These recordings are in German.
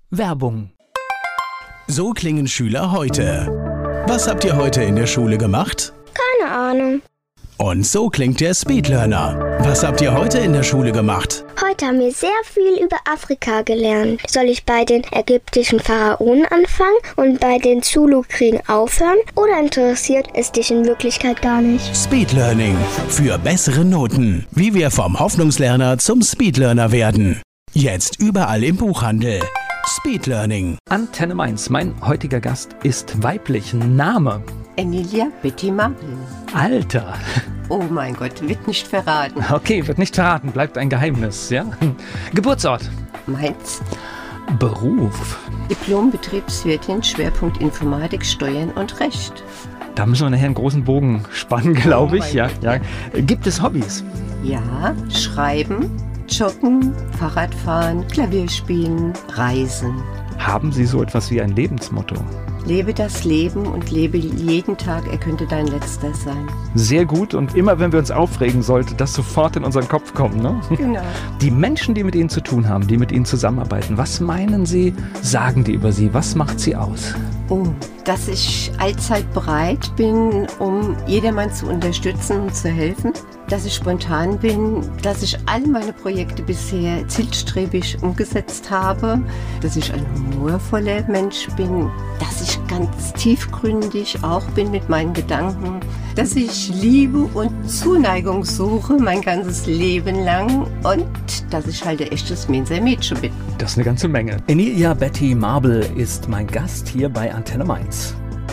Werbung. So klingen Schüler heute. Was habt ihr heute in der Schule gemacht? Keine Ahnung. Und so klingt der Speedlearner. Was habt ihr heute in der Schule gemacht? Heute haben wir sehr viel über Afrika gelernt. Soll ich bei den ägyptischen Pharaonen anfangen und bei den Zulu-Kriegen aufhören? Oder interessiert es dich in Wirklichkeit gar nicht? Speedlearning. Für bessere Noten. Wie wir vom Hoffnungslerner zum Speedlearner werden. Jetzt überall im Buchhandel. Speedlearning. Antenne Mainz. Mein heutiger Gast ist weiblich. Name? Enilia Betty Marble. Alter. Oh mein Gott, wird nicht verraten. Okay, wird nicht verraten. Bleibt ein Geheimnis, ja? Geburtsort? Mainz. Beruf? Diplom-Betriebswirtin, Schwerpunkt Informatik, Steuern und Recht. Da müssen wir nachher einen großen Bogen spannen, glaube ich. Ja. Gibt es Hobbys? Ja, schreiben, joggen, Fahrradfahren, Klavier spielen, reisen. Haben Sie so etwas wie ein Lebensmotto? Lebe das Leben und lebe jeden Tag, er könnte dein letzter sein. Sehr gut, und immer wenn wir uns aufregen, sollte das sofort in unseren Kopf kommen, ne? Genau. Die Menschen, die mit Ihnen zu tun haben, die mit Ihnen zusammenarbeiten, was meinen Sie, sagen die über Sie? Was macht Sie aus? Oh, dass ich allzeit bereit bin, um jedermann zu unterstützen und zu helfen. Dass ich spontan bin, dass ich all meine Projekte bisher zielstrebig umgesetzt habe, dass ich ein humorvoller Mensch bin, dass ich ganz tiefgründig auch bin mit meinen Gedanken, dass ich Liebe und Zuneigung suche mein ganzes Leben lang und dass ich halt ein echtes Mensa-Mädchen bin. Das ist eine ganze Menge. Enilia Betty Marble ist mein Gast hier bei Antenne Mainz.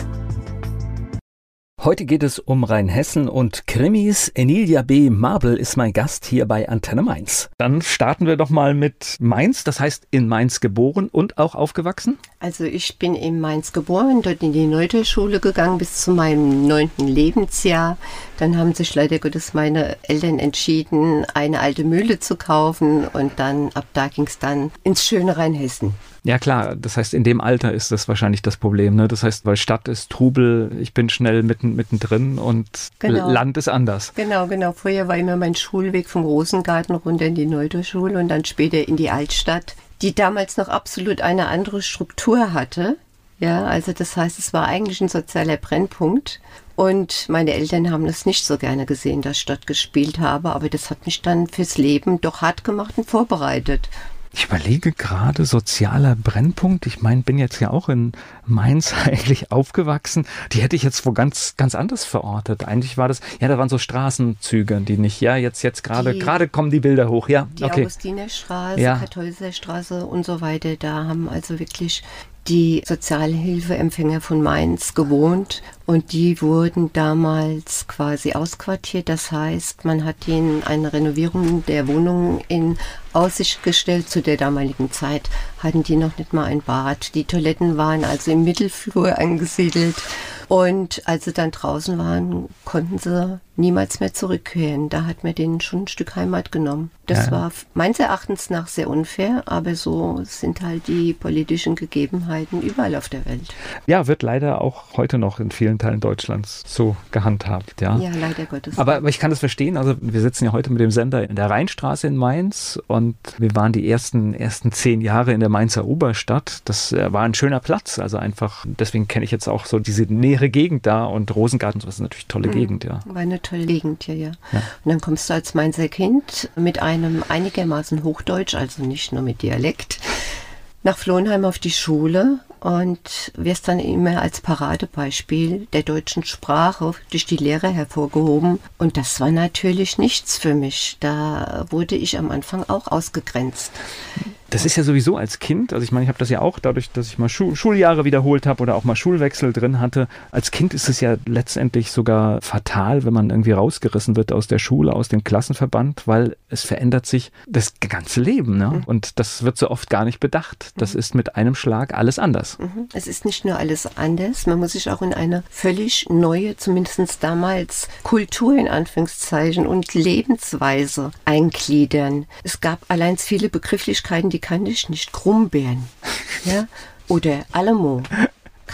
Heute geht es um Rheinhessen und Krimis. Enilia B. Marble ist mein Gast hier bei Antenne Mainz. Dann starten wir doch mal mit Mainz. Das heißt, in Mainz geboren und auch aufgewachsen? Also ich bin in Mainz geboren, dort in die Neuterschule gegangen bis zu meinem 9. Lebensjahr. Dann haben sich leider Gottes meine Eltern entschieden, eine alte Mühle zu kaufen und dann ab da ging es dann ins schöne Rheinhessen. Ja klar, das heißt, in dem Alter ist das wahrscheinlich das Problem, ne? Das heißt, weil Stadt ist Trubel, ich bin schnell mittendrin und genau. Land ist anders. Genau. Früher war immer mein Schulweg vom Rosengarten runter in die Neuterschule und dann später in die Altstadt, die damals noch absolut eine andere Struktur hatte. Ja, also das heißt, es war eigentlich ein sozialer Brennpunkt. Und meine Eltern haben das nicht so gerne gesehen, dass ich dort gespielt habe, aber das hat mich dann fürs Leben doch hart gemacht und vorbereitet. Ich überlege gerade, sozialer Brennpunkt. Ich meine, bin jetzt ja auch in Mainz eigentlich aufgewachsen. Die hätte ich jetzt wo ganz anders verortet. Eigentlich war das, ja, da waren so Straßenzüge, die nicht, ja, jetzt gerade kommen die Bilder hoch, ja. Die okay. Augustinerstraße, ja. Kartäuserstraße und so weiter, da haben also wirklich die Sozialhilfeempfänger von Mainz gewohnt und die wurden damals quasi ausquartiert. Das heißt, man hat ihnen eine Renovierung der Wohnungen in Aussicht gestellt. Zu der damaligen Zeit hatten die noch nicht mal ein Bad. Die Toiletten waren also im Mittelflur angesiedelt. Und als sie dann draußen waren, konnten sie niemals mehr zurückkehren. Da hat man denen schon ein Stück Heimat genommen. Das war meines Erachtens nach sehr unfair, aber so sind halt die politischen Gegebenheiten überall auf der Welt. Ja, wird leider auch heute noch in vielen Teilen Deutschlands so gehandhabt. Ja, leider Gottes. Aber ich kann das verstehen. Also wir sitzen ja heute mit dem Sender in der Rheinstraße in Mainz und wir waren die ersten 10 Jahre in der Mainzer Oberstadt. Das war ein schöner Platz. Also einfach, deswegen kenne ich jetzt auch so diese nähere Gegend da und Rosengarten, das ist natürlich eine tolle Gegend, ja. War eine tolle Gegend, ja. Und dann kommst du als Mainzer Kind mit einem einigermaßen Hochdeutsch, also nicht nur mit Dialekt, nach Flohnheim auf die Schule und wirst dann immer als Paradebeispiel der deutschen Sprache durch die Lehrer hervorgehoben. Und das war natürlich nichts für mich. Da wurde ich am Anfang auch ausgegrenzt. Das ist ja sowieso als Kind, also ich meine, ich habe das ja auch dadurch, dass ich mal Schuljahre wiederholt habe oder auch mal Schulwechsel drin hatte. Als Kind ist es ja letztendlich sogar fatal, wenn man irgendwie rausgerissen wird aus der Schule, aus dem Klassenverband, weil es verändert sich das ganze Leben, ne? Und das wird so oft gar nicht bedacht. Das ist mit einem Schlag alles anders. Es ist nicht nur alles anders, man muss sich auch in eine völlig neue, zumindest damals, Kultur in Anführungszeichen und Lebensweise eingliedern. Es gab allein viele Begrifflichkeiten, die kannte ich nicht. Krummbeeren, ja, oder Alamo.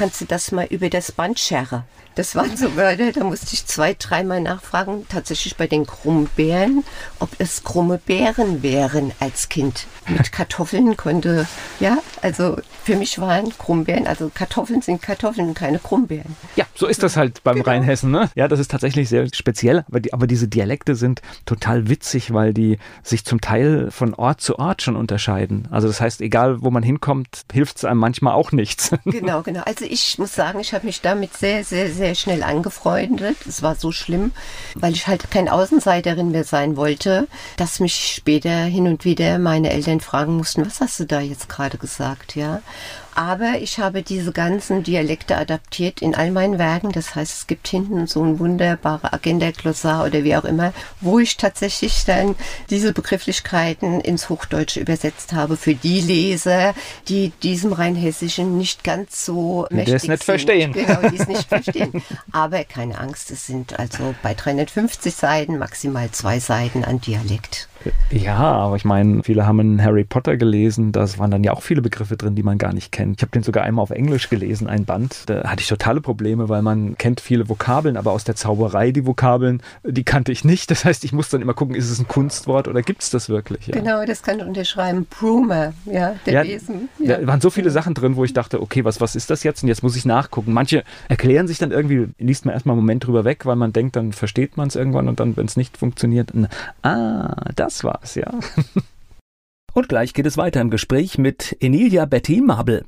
kannst du das mal über das Band scherren? Das waren so Wörter, da musste ich 2-3 Mal nachfragen, tatsächlich bei den Krummbeeren, ob es krumme Beeren wären als Kind. Mit Kartoffeln konnte, ja, also für mich waren Krummbeeren, also Kartoffeln sind Kartoffeln, keine Krummbeeren. Ja, so ist das halt beim Rheinhessen, ne? Ja, das ist tatsächlich sehr speziell, aber diese Dialekte sind total witzig, weil die sich zum Teil von Ort zu Ort schon unterscheiden. Also das heißt, egal wo man hinkommt, hilft es einem manchmal auch nichts. Genau. Also ich muss sagen, ich habe mich damit sehr, sehr, sehr schnell angefreundet. Es war so schlimm, weil ich halt kein Außenseiterin mehr sein wollte, dass mich später hin und wieder meine Eltern fragen mussten, was hast du da jetzt gerade gesagt, ja? Aber ich habe diese ganzen Dialekte adaptiert in all meinen Werken. Das heißt, es gibt hinten so ein wunderbare Agenda-Glossar oder wie auch immer, wo ich tatsächlich dann diese Begrifflichkeiten ins Hochdeutsche übersetzt habe für die Leser, die diesem Rheinhessischen nicht ganz so mächtig sind. Die es nicht verstehen. Genau, die es nicht verstehen. Aber keine Angst, es sind also bei 350 Seiten maximal 2 Seiten an Dialekt. Ja, aber ich meine, viele haben einen Harry Potter gelesen, da waren dann ja auch viele Begriffe drin, die man gar nicht kennt. Ich habe den sogar einmal auf Englisch gelesen, ein Band. Da hatte ich totale Probleme, weil man kennt viele Vokabeln, aber aus der Zauberei die Vokabeln, die kannte ich nicht. Das heißt, ich muss dann immer gucken, ist es ein Kunstwort oder gibt es das wirklich? Ja. Genau, das kann ich unterschreiben. Broomer, ja, der Besen. Ja. Da waren so viele Sachen drin, wo ich dachte, okay, was ist das jetzt? Und jetzt muss ich nachgucken. Manche erklären sich dann irgendwie, liest man erstmal einen Moment drüber weg, weil man denkt, dann versteht man es irgendwann und dann, wenn es nicht funktioniert, das war's, ja. Und gleich geht es weiter im Gespräch mit Enilia Betty Mabel.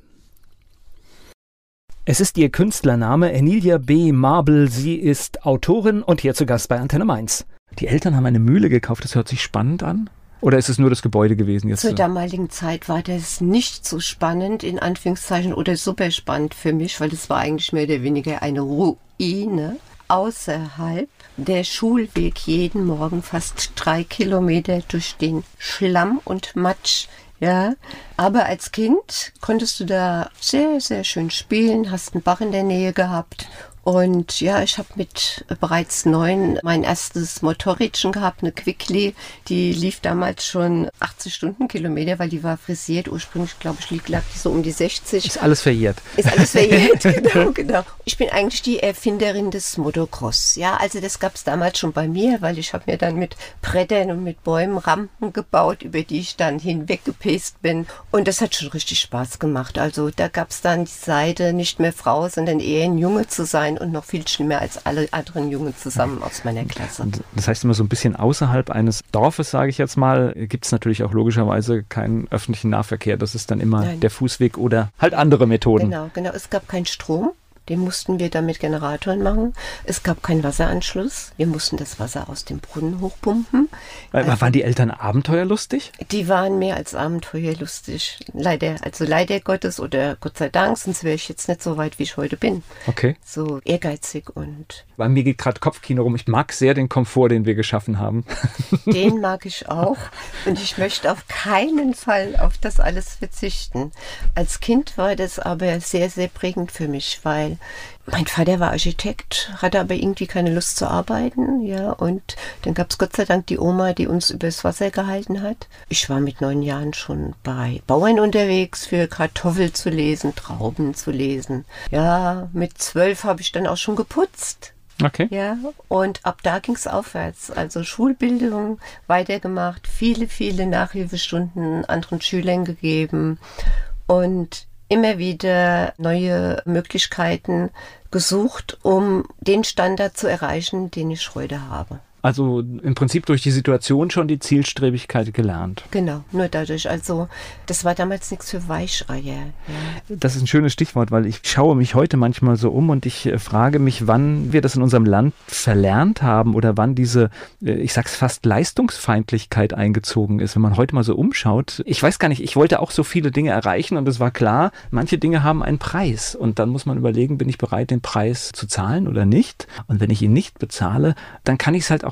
Es ist ihr Künstlername Enilia B. Mabel. Sie ist Autorin und hier zu Gast bei Antenne Mainz. Die Eltern haben eine Mühle gekauft, das hört sich spannend an. Oder ist es nur das Gebäude gewesen jetzt? Zur damaligen Zeit war das nicht so spannend, in Anführungszeichen, oder super spannend für mich, weil es war eigentlich mehr oder weniger eine Ruine. Außerhalb der Schulweg jeden Morgen fast 3 Kilometer durch den Schlamm und Matsch. Ja, aber als Kind konntest du da sehr, sehr schön spielen, hast einen Bach in der Nähe gehabt. Und ja, ich habe mit bereits 9 mein erstes Motorrädchen gehabt, eine Quickly. Die lief damals schon 80 Stundenkilometer, weil die war frisiert. Ursprünglich, glaube ich, lag die so um die 60. Ist alles verjährt. Ist alles verjährt, genau. Ich bin eigentlich die Erfinderin des Motocross. Ja, also das gab es damals schon bei mir, weil ich habe mir dann mit Brettern und mit Bäumen Rampen gebaut, über die ich dann hinweggepest bin. Und das hat schon richtig Spaß gemacht. Also da gab es dann die Seite, nicht mehr Frau, sondern eher ein Junge zu sein. Und noch viel schlimmer als alle anderen Jungen zusammen aus meiner Klasse. Das heißt immer so ein bisschen außerhalb eines Dorfes, sage ich jetzt mal, gibt es natürlich auch logischerweise keinen öffentlichen Nahverkehr. Das ist dann immer der Fußweg oder halt andere Methoden. Genau. Es gab keinen Strom. Den mussten wir dann mit Generatoren machen. Es gab keinen Wasseranschluss. Wir mussten das Wasser aus dem Brunnen hochpumpen. Waren die Eltern abenteuerlustig? Die waren mehr als abenteuerlustig. Leider Gottes oder Gott sei Dank, sonst wäre ich jetzt nicht so weit, wie ich heute bin. Okay. So ehrgeizig und... Bei mir geht gerade Kopfkino rum. Ich mag sehr den Komfort, den wir geschaffen haben. Den mag ich auch. Und ich möchte auf keinen Fall auf das alles verzichten. Als Kind war das aber sehr, sehr prägend für mich, weil mein Vater war Architekt, hatte aber irgendwie keine Lust zu arbeiten, ja, und dann gab es Gott sei Dank die Oma, die uns übers Wasser gehalten hat. Ich war mit 9 Jahren schon bei Bauern unterwegs, für Kartoffel zu lesen, Trauben zu lesen. Ja, mit 12 habe ich dann auch schon geputzt. Okay. Ja, und ab da ging es aufwärts. Also Schulbildung weitergemacht, viele, viele Nachhilfestunden anderen Schülern gegeben und immer wieder neue Möglichkeiten gesucht, um den Standard zu erreichen, den ich heute habe. Also im Prinzip durch die Situation schon die Zielstrebigkeit gelernt. Genau, nur dadurch. Also das war damals nichts für Weicheier. Ja. Das ist ein schönes Stichwort, weil ich schaue mich heute manchmal so um und ich frage mich, wann wir das in unserem Land verlernt haben oder wann diese, ich sag's fast, Leistungsfeindlichkeit eingezogen ist. Wenn man heute mal so umschaut, ich weiß gar nicht, ich wollte auch so viele Dinge erreichen und es war klar, manche Dinge haben einen Preis und dann muss man überlegen, bin ich bereit, den Preis zu zahlen oder nicht? Und wenn ich ihn nicht bezahle, dann kann ich es halt auch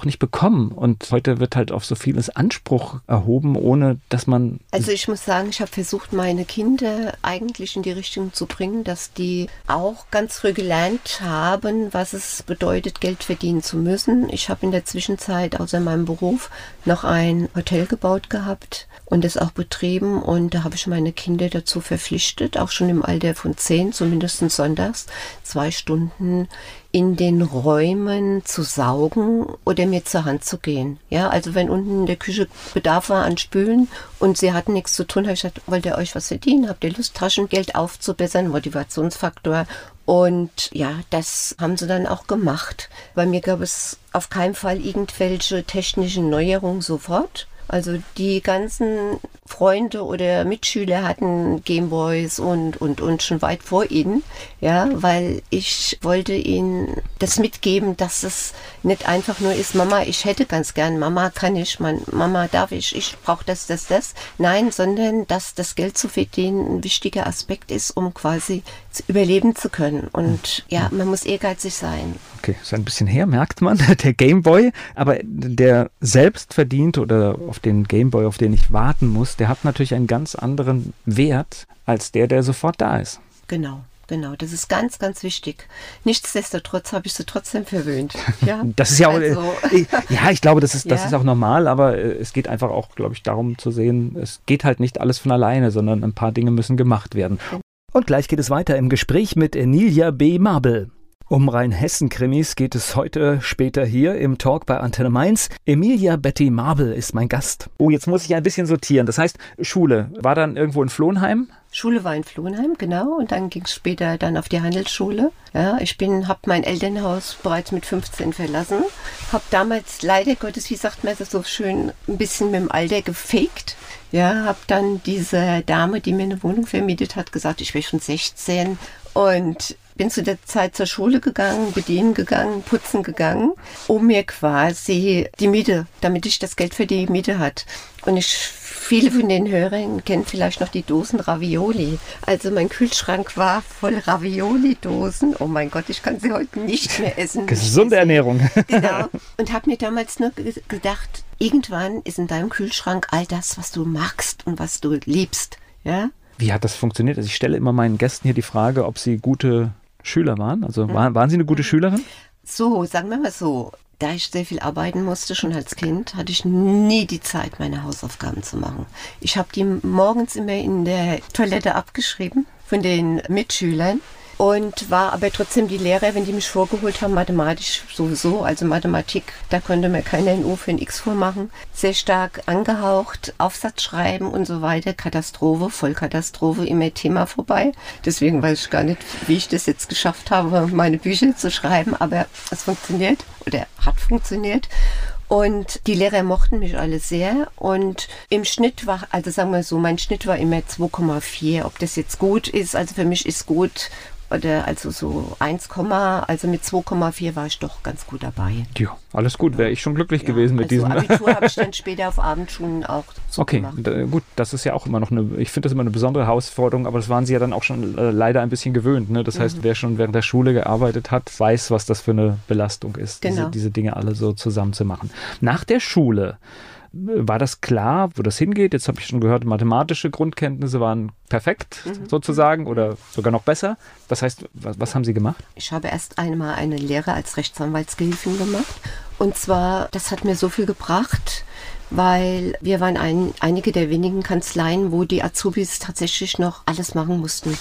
auch nicht bekommen. Und heute wird halt auf so vieles Anspruch erhoben, ohne dass man... Also ich muss sagen, ich habe versucht, meine Kinder eigentlich in die Richtung zu bringen, dass die auch ganz früh gelernt haben, was es bedeutet, Geld verdienen zu müssen. Ich habe in der Zwischenzeit außer meinem Beruf noch ein Hotel gebaut gehabt und das auch betrieben. Und da habe ich meine Kinder dazu verpflichtet, auch schon im Alter von 10, zumindest sonntags, 2 Stunden in den Räumen zu saugen oder mir zur Hand zu gehen. Ja, also wenn unten in der Küche Bedarf war an Spülen und sie hatten nichts zu tun, habe ich gesagt, wollt ihr euch was verdienen? Habt ihr Lust, Taschengeld aufzubessern? Motivationsfaktor. Und ja, das haben sie dann auch gemacht. Bei mir gab es auf keinen Fall irgendwelche technischen Neuerungen sofort. Also die ganzen Freunde oder Mitschüler hatten Gameboys und schon weit vor ihnen, ja, weil ich wollte ihnen das mitgeben, dass es nicht einfach nur ist, Mama, ich hätte ganz gern, Mama kann ich, Mama darf ich brauche das. Nein, sondern dass das Geld zu verdienen ein wichtiger Aspekt ist, um quasi überleben zu können. Und ja, man muss ehrgeizig sein. Okay, ist ein bisschen her, merkt man, der Gameboy, aber der selbst verdient oder auf den Gameboy, auf den ich warten muss, der hat natürlich einen ganz anderen Wert als der sofort da ist. Genau, das ist ganz, ganz wichtig. Nichtsdestotrotz habe ich sie trotzdem verwöhnt. Ja? Das ist ja auch, also. Ja, ich glaube, das ist auch normal, aber es geht einfach auch, glaube ich, darum zu sehen, es geht halt nicht alles von alleine, sondern ein paar Dinge müssen gemacht werden. Und gleich geht es weiter im Gespräch mit Emilia B. Mabel. Um Rheinhessen-Krimis geht es heute später hier im Talk bei Antenne Mainz. Emilia Betty Mabel ist mein Gast. Oh, jetzt muss ich ein bisschen sortieren. Das heißt, Schule war dann irgendwo in Flohenheim? Schule war in Flohenheim, genau. Und dann ging es später dann auf die Handelsschule. Ja, habe mein Elternhaus bereits mit 15 verlassen. Habe damals leider Gottes, wie sagt man das so schön, ein bisschen mit dem Alter gefaked. Ja, habe dann diese Dame, die mir eine Wohnung vermietet hat, gesagt, ich wäre schon 16 und bin zu der Zeit zur Schule gegangen, bedienen gegangen, putzen gegangen, um mir quasi die Miete, damit ich das Geld für die Miete hat. Und viele von den Hörern kennen vielleicht noch die Dosen Ravioli. Also mein Kühlschrank war voll Ravioli-Dosen. Oh mein Gott, ich kann sie heute nicht mehr essen. Gesunde Ernährung. Genau. Und habe mir damals nur gedacht, irgendwann ist in deinem Kühlschrank all das, was du magst und was du liebst. Ja? Wie hat das funktioniert? Also ich stelle immer meinen Gästen hier die Frage, ob sie gute Schüler waren. Also waren Sie eine gute Schülerin? So, sagen wir mal so. Da ich sehr viel arbeiten musste, schon als Kind, hatte ich nie die Zeit, meine Hausaufgaben zu machen. Ich habe die morgens immer in der Toilette abgeschrieben von den Mitschülern und war aber trotzdem die Lehrer, wenn die mich vorgeholt haben, mathematisch sowieso, also Mathematik, da konnte mir keiner ein U für ein X vormachen. Sehr stark angehaucht, Aufsatz schreiben und so weiter, Katastrophe, Vollkatastrophe, immer Thema vorbei. Deswegen weiß ich gar nicht, wie ich das jetzt geschafft habe, meine Bücher zu schreiben, aber es funktioniert oder hat funktioniert. Und die Lehrer mochten mich alle sehr und im Schnitt war, also sagen wir so, mein Schnitt war immer 2,4. Ob das jetzt gut ist, also für mich ist gut, oder also so 1, also mit 2,4 war ich doch ganz gut dabei. Ja, alles gut, wäre ich schon glücklich gewesen mit diesem. Abitur habe ich dann später auf Abendschulen auch so gemacht. Gut, das ist ja auch immer noch ich finde das immer eine besondere Herausforderung, aber das waren Sie ja dann auch schon leider ein bisschen gewöhnt. Ne? Das heißt, wer schon während der Schule gearbeitet hat, weiß, was das für eine Belastung ist, genau. diese Dinge alle so zusammen zu machen. Nach der Schule, war das klar, wo das hingeht? Jetzt habe ich schon gehört, mathematische Grundkenntnisse waren perfekt sozusagen oder sogar noch besser. Das heißt, was haben Sie gemacht? Ich habe erst einmal eine Lehre als Rechtsanwaltsgehilfin gemacht. Und zwar, das hat mir so viel gebracht, weil wir waren einige der wenigen Kanzleien, wo die Azubis tatsächlich noch alles machen mussten.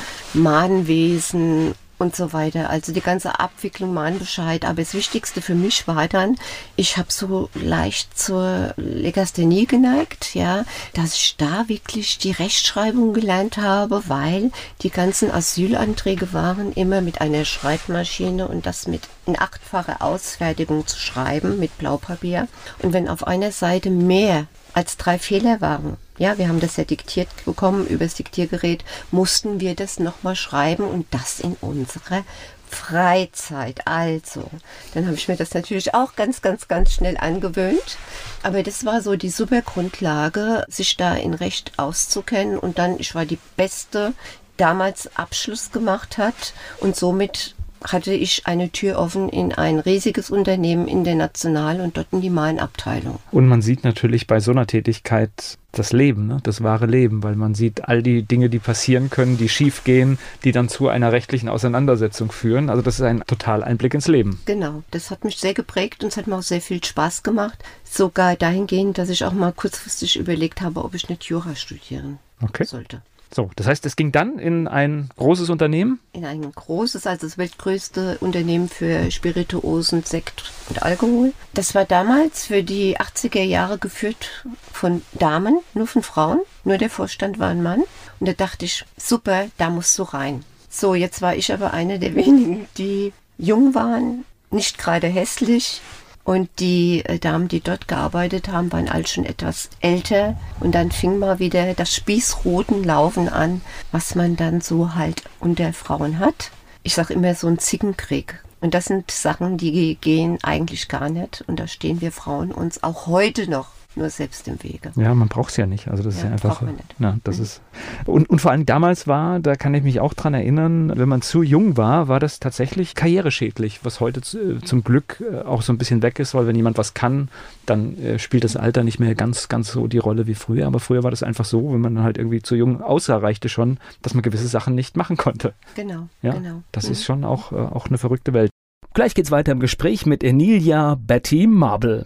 Mahnwesen und so weiter. Also die ganze Abwicklung, Mahnbescheid. Aber das Wichtigste für mich war dann, ich habe so leicht zur Legasthenie geneigt, ja, dass ich da wirklich die Rechtschreibung gelernt habe, weil die ganzen Asylanträge waren immer mit einer Schreibmaschine und das mit in 8-facher Ausfertigung zu schreiben mit Blaupapier. Und wenn auf einer Seite mehr als 3 Fehler waren, ja, wir haben das ja diktiert bekommen über das Diktiergerät, mussten wir das nochmal schreiben und das in unserer Freizeit. Also, dann habe ich mir das natürlich auch ganz, ganz, ganz schnell angewöhnt. Aber das war so die super Grundlage, sich da in Recht auszukennen. Und dann, ich war die Beste, damals Abschluss gemacht hat und somit hatte ich eine Tür offen in ein riesiges Unternehmen in der National- und dort in die Mahnabteilung. Und man sieht natürlich bei so einer Tätigkeit das Leben, ne? Das wahre Leben, weil man sieht all die Dinge, die passieren können, die schief gehen, die dann zu einer rechtlichen Auseinandersetzung führen. Also das ist ein total Einblick ins Leben. Genau, das hat mich sehr geprägt und es hat mir auch sehr viel Spaß gemacht. Sogar dahingehend, dass ich auch mal kurzfristig überlegt habe, ob ich nicht Jura studieren sollte. So, das heißt, es ging dann in ein großes Unternehmen? In ein großes, also das weltgrößte Unternehmen für Spirituosen, Sekt und Alkohol. Das war damals für die 80er Jahre geführt von Damen, nur von Frauen. Nur der Vorstand war ein Mann. Und da dachte ich, super, da musst du rein. So, jetzt war ich aber eine der wenigen, die jung waren, nicht gerade hässlich. Und die Damen, die dort gearbeitet haben, waren alle schon etwas älter. Und dann fing mal wieder das Spießrutenlaufen an, was man dann so halt unter Frauen hat. Ich sage immer so ein Zickenkrieg. Und das sind Sachen, die gehen eigentlich gar nicht. Und da stehen wir Frauen uns auch heute noch nur selbst im Wege. Ja, man braucht es ja nicht. Also das ist ja einfach. Braucht man nicht. Ja, das ist. Und vor allem damals da kann ich mich auch dran erinnern, wenn man zu jung war das tatsächlich karriereschädlich, was heute zum Glück auch so ein bisschen weg ist, weil wenn jemand was kann, dann spielt das Alter nicht mehr ganz so die Rolle wie früher. Aber früher war das einfach so, wenn man halt irgendwie zu jung aussah, reichte schon, dass man gewisse Sachen nicht machen konnte. Genau, ja, genau. Das ist schon auch eine verrückte Welt. Gleich geht's weiter im Gespräch mit Enilia Betty Marble.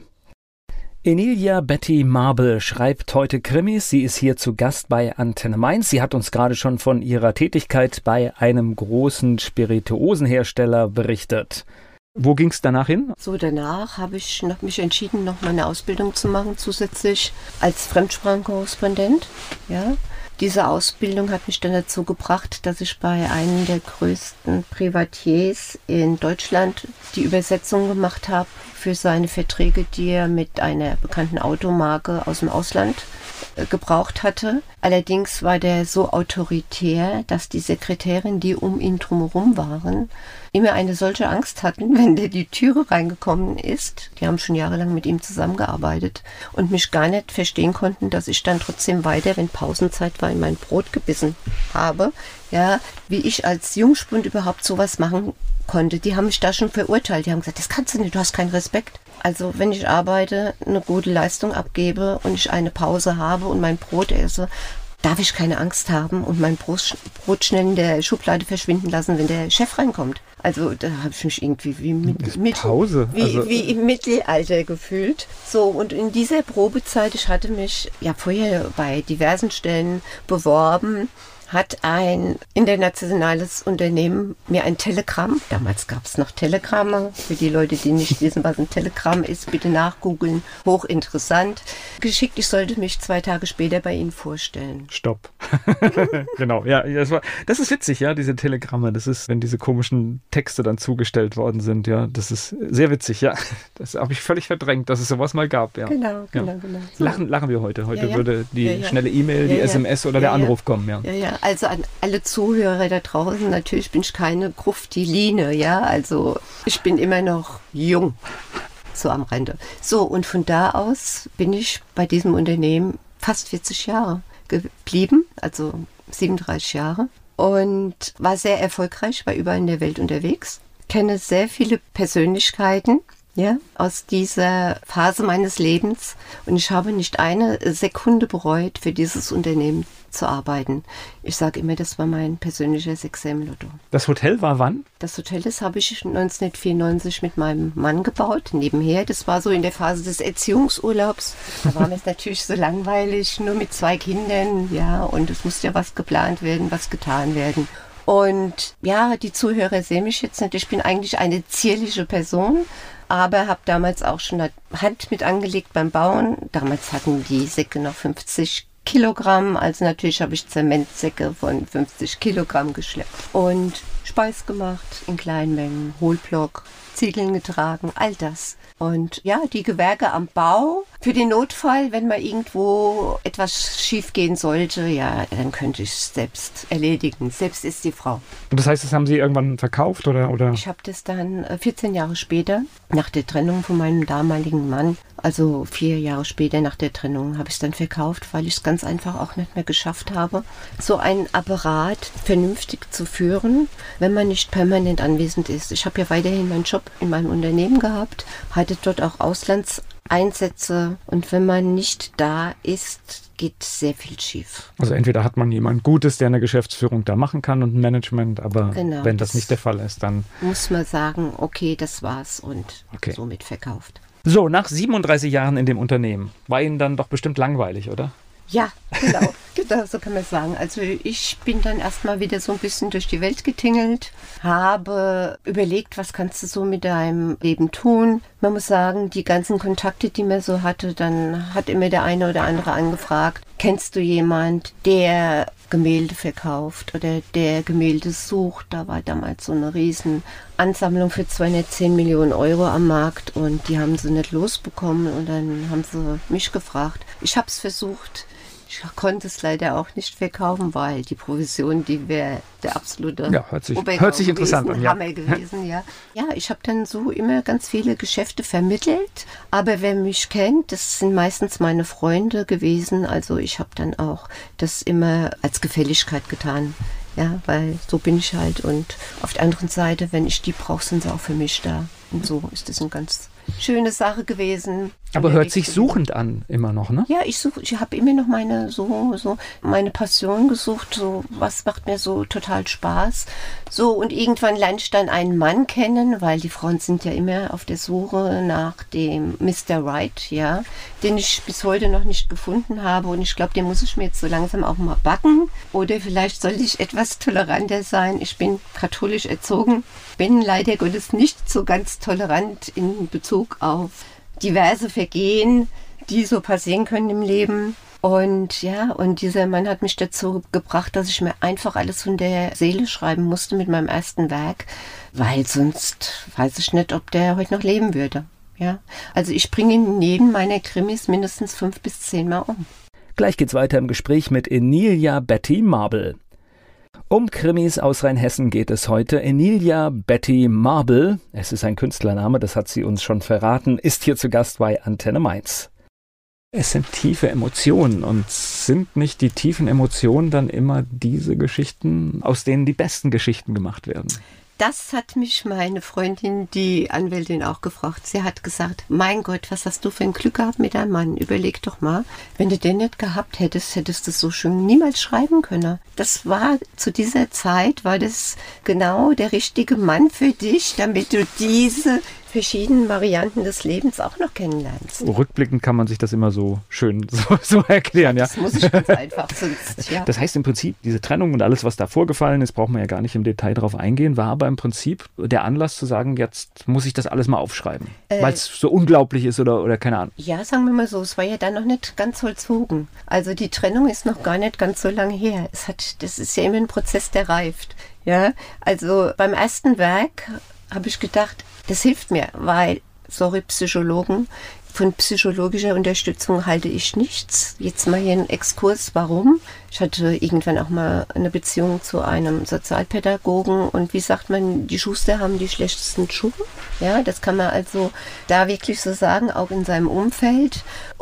Enilia Betty Marble schreibt heute Krimis. Sie ist hier zu Gast bei Antenne Mainz. Sie hat uns gerade schon von ihrer Tätigkeit bei einem großen Spirituosenhersteller berichtet. Wo ging es danach hin? So, danach habe ich mich entschieden, noch mal eine Ausbildung zu machen, zusätzlich als Fremdsprachenkorrespondent. Ja. Diese Ausbildung hat mich dann dazu gebracht, dass ich bei einem der größten Privatiers in Deutschland die Übersetzung gemacht habe für seine Verträge, die er mit einer bekannten Automarke aus dem Ausland gebraucht hatte. Allerdings war der so autoritär, dass die Sekretärin, die um ihn drumherum waren, immer eine solche Angst hatten, wenn der die Türe reingekommen ist. Die haben schon jahrelang mit ihm zusammengearbeitet und mich gar nicht verstehen konnten, dass ich dann trotzdem weiter, wenn Pausenzeit war, in mein Brot gebissen habe. Ja, wie ich als Jungspund überhaupt sowas machen konnte. Die haben mich da schon verurteilt. Die haben gesagt, das kannst du nicht, du hast keinen Respekt. Also wenn ich arbeite, eine gute Leistung abgebe und ich eine Pause habe und mein Brot esse, darf ich keine Angst haben und mein Brot schnell in der Schublade verschwinden lassen, wenn der Chef reinkommt. Also da habe ich mich irgendwie wie im Mittelalter gefühlt. So, und in dieser Probezeit, ich hatte mich ja vorher bei diversen Stellen beworben, hat ein internationales Unternehmen mir ein Telegramm, damals gab es noch Telegramme, für die Leute, die nicht wissen, was ein Telegramm ist, bitte nachgoogeln, hochinteressant, geschickt. Ich sollte mich 2 Tage später bei Ihnen vorstellen. Stopp. Genau, ja, das ist witzig, ja, diese Telegramme, das ist, wenn diese komischen Texte dann zugestellt worden sind, ja, das ist sehr witzig, ja. Das habe ich völlig verdrängt, dass es sowas mal gab, ja. Genau. So. Lachen wir heute. Heute würde die schnelle E-Mail, die SMS oder der Anruf kommen, ja. Ja. Also an alle Zuhörer da draußen, natürlich bin ich keine Gruftiline, ja, also ich bin immer noch jung, so am Rande. So, und von da aus bin ich bei diesem Unternehmen fast 40 Jahre geblieben, also 37 Jahre und war sehr erfolgreich, war überall in der Welt unterwegs, kenne sehr viele Persönlichkeiten, ja, aus dieser Phase meines Lebens und ich habe nicht eine Sekunde bereut, für dieses Unternehmen zu arbeiten. Ich sage immer, das war mein persönlicher Sechser im Lotto. Das Hotel war wann? Das Hotel, das habe ich 1994 mit meinem Mann gebaut, nebenher. Das war so in der Phase des Erziehungsurlaubs. Da war mir es natürlich so langweilig, nur mit 2 Kindern, ja, und es musste ja was geplant werden, was getan werden. Und ja, die Zuhörer sehen mich jetzt nicht. Ich bin eigentlich eine zierliche Person, aber habe damals auch schon Hand mit angelegt beim Bauen. Damals hatten die Säcke noch 50 Kilogramm, also natürlich habe ich Zementsäcke von 50 Kilogramm geschleppt und Speis gemacht in kleinen Mengen, Hohlblock, Ziegeln getragen, all das. Und ja, die Gewerke am Bau für den Notfall, wenn mal irgendwo etwas schief gehen sollte, ja, dann könnte ich es selbst erledigen. Selbst ist die Frau. Und das heißt, das haben Sie irgendwann verkauft oder? Ich habe das dann 14 Jahre später, nach der Trennung von meinem damaligen Mann, also 4 Jahre später nach der Trennung, habe ich es dann verkauft, weil ich es ganz einfach auch nicht mehr geschafft habe, so einen Apparat vernünftig zu führen, wenn man nicht permanent anwesend ist. Ich habe ja weiterhin meinen Job in meinem Unternehmen gehabt, hatte dort auch Auslandseinsätze und wenn man nicht da ist, geht sehr viel schief. Also entweder hat man jemand Gutes, der eine Geschäftsführung da machen kann und ein Management, aber genau, wenn das nicht der Fall ist, dann muss man sagen, okay, das war's und somit verkauft. So, nach 37 Jahren in dem Unternehmen war Ihnen dann doch bestimmt langweilig, oder? Ja, genau, so kann man sagen. Also ich bin dann erstmal wieder so ein bisschen durch die Welt getingelt, habe überlegt, was kannst du so mit deinem Leben tun. Man muss sagen, die ganzen Kontakte, die man so hatte, dann hat immer der eine oder andere angefragt, kennst du jemand, der Gemälde verkauft oder der Gemälde sucht? Da war damals so eine riesen Ansammlung für 210 Millionen Euro am Markt und die haben sie nicht losbekommen und dann haben sie mich gefragt. Ich habe es versucht. Ich konnte es leider auch nicht verkaufen, weil die Provision, die wäre der absolute hört sich interessant an, Hammer gewesen, ja. Ja, ich habe dann so immer ganz viele Geschäfte vermittelt, aber wer mich kennt, das sind meistens meine Freunde gewesen, also ich habe dann auch das immer als Gefälligkeit getan. Ja, weil so bin ich halt und auf der anderen Seite, wenn ich die brauche, sind sie auch für mich da. Und so ist das eine ganz schöne Sache gewesen. Aber hört sich suchend an, immer noch, ne? Ja, ich habe immer noch meine Passion gesucht, so was macht mir so total Spaß. So, und irgendwann lerne ich dann einen Mann kennen, weil die Frauen sind ja immer auf der Suche nach dem Mr. Right, ja, den ich bis heute noch nicht gefunden habe. Und ich glaube, den muss ich mir jetzt so langsam auch mal backen. Oder vielleicht sollte ich etwas toleranter sein. Ich bin katholisch erzogen, bin leider Gottes nicht so ganz tolerant in Bezug auf diverse Vergehen, die so passieren können im Leben. Und ja, und dieser Mann hat mich dazu gebracht, dass ich mir einfach alles von der Seele schreiben musste mit meinem ersten Werk, weil sonst weiß ich nicht, ob der heute noch leben würde. Ja, also ich bringe ihn neben meiner Krimis mindestens 5 bis 10 Mal um. Gleich geht's weiter im Gespräch mit Enilia Betty Marble. Um Krimis aus Rheinhessen geht es heute. Enilia Betty Marble, es ist ein Künstlername, das hat sie uns schon verraten, ist hier zu Gast bei Antenne Mainz. Es sind tiefe Emotionen und sind nicht die tiefen Emotionen dann immer diese Geschichten, aus denen die besten Geschichten gemacht werden? Das hat mich meine Freundin, die Anwältin, auch gefragt. Sie hat gesagt, mein Gott, was hast du für ein Glück gehabt mit deinem Mann? Überleg doch mal, wenn du den nicht gehabt hättest, hättest du so schön niemals schreiben können. Das war zu dieser Zeit, war das genau der richtige Mann für dich, damit du diese verschiedenen Varianten des Lebens auch noch kennenlernst. Rückblickend kann man sich das immer so schön so erklären, ja. Das muss ich ganz einfach sonst, ja. Das heißt im Prinzip, diese Trennung und alles, was da vorgefallen ist, braucht man ja gar nicht im Detail drauf eingehen, war aber im Prinzip der Anlass zu sagen, jetzt muss ich das alles mal aufschreiben, weil es so unglaublich ist oder keine Ahnung. Ja, sagen wir mal so, es war ja dann noch nicht ganz vollzogen. Also die Trennung ist noch gar nicht ganz so lange her. Das ist ja immer ein Prozess, der reift. Ja, also beim ersten Werk habe ich gedacht, das hilft mir, weil, Psychologen, von psychologischer Unterstützung halte ich nichts. Jetzt mal hier ein Exkurs, warum? Ich hatte irgendwann auch mal eine Beziehung zu einem Sozialpädagogen und wie sagt man, die Schuster haben die schlechtesten Schuhe. Ja, das kann man also da wirklich so sagen, auch in seinem Umfeld.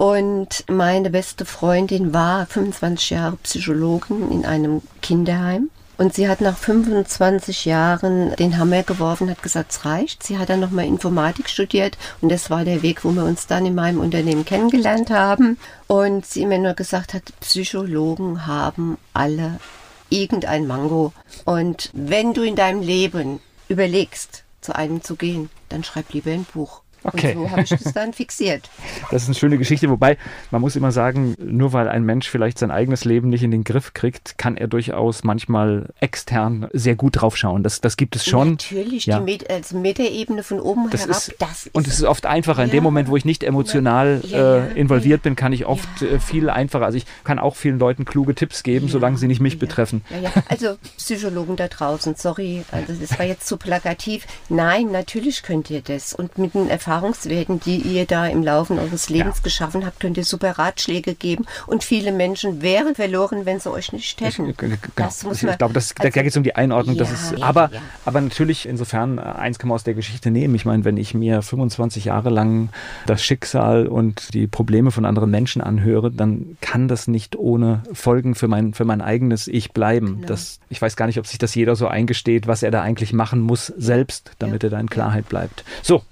Und meine beste Freundin war 25 Jahre Psychologin in einem Kinderheim. Und sie hat nach 25 Jahren den Hammer geworfen, hat gesagt, es reicht. Sie hat dann nochmal Informatik studiert und das war der Weg, wo wir uns dann in meinem Unternehmen kennengelernt haben. Und sie immer nur gesagt hat, Psychologen haben alle irgendein Mango. Und wenn du in deinem Leben überlegst, zu einem zu gehen, dann schreib lieber ein Buch. Okay. Und so habe ich das dann fixiert. Das ist eine schöne Geschichte, wobei man muss immer sagen, nur weil ein Mensch vielleicht sein eigenes Leben nicht in den Griff kriegt, kann er durchaus manchmal extern sehr gut drauf schauen. Das gibt es schon. Natürlich, ja. Die Metaebene von oben herab. Und es ist oft einfacher. In dem Moment, wo ich nicht emotional involviert bin, kann ich oft viel einfacher. Also ich kann auch vielen Leuten kluge Tipps geben, solange sie nicht mich betreffen. Ja. Also Psychologen da draußen, sorry, also das war jetzt zu plakativ. Nein, natürlich könnt ihr das. Und mit einem Erfahrungswissen Erfahrungswerten, die ihr da im Laufe eures Lebens geschaffen habt, könnt ihr super Ratschläge geben. Und viele Menschen wären verloren, wenn sie euch nicht hätten. Ich glaube, da geht es um die Einordnung. Aber natürlich, insofern, eins kann man aus der Geschichte nehmen. Ich meine, wenn ich mir 25 Jahre lang das Schicksal und die Probleme von anderen Menschen anhöre, dann kann das nicht ohne Folgen für mein eigenes Ich bleiben. Genau. Ich weiß gar nicht, ob sich das jeder so eingesteht, was er da eigentlich machen muss selbst, damit er da in Klarheit bleibt. So,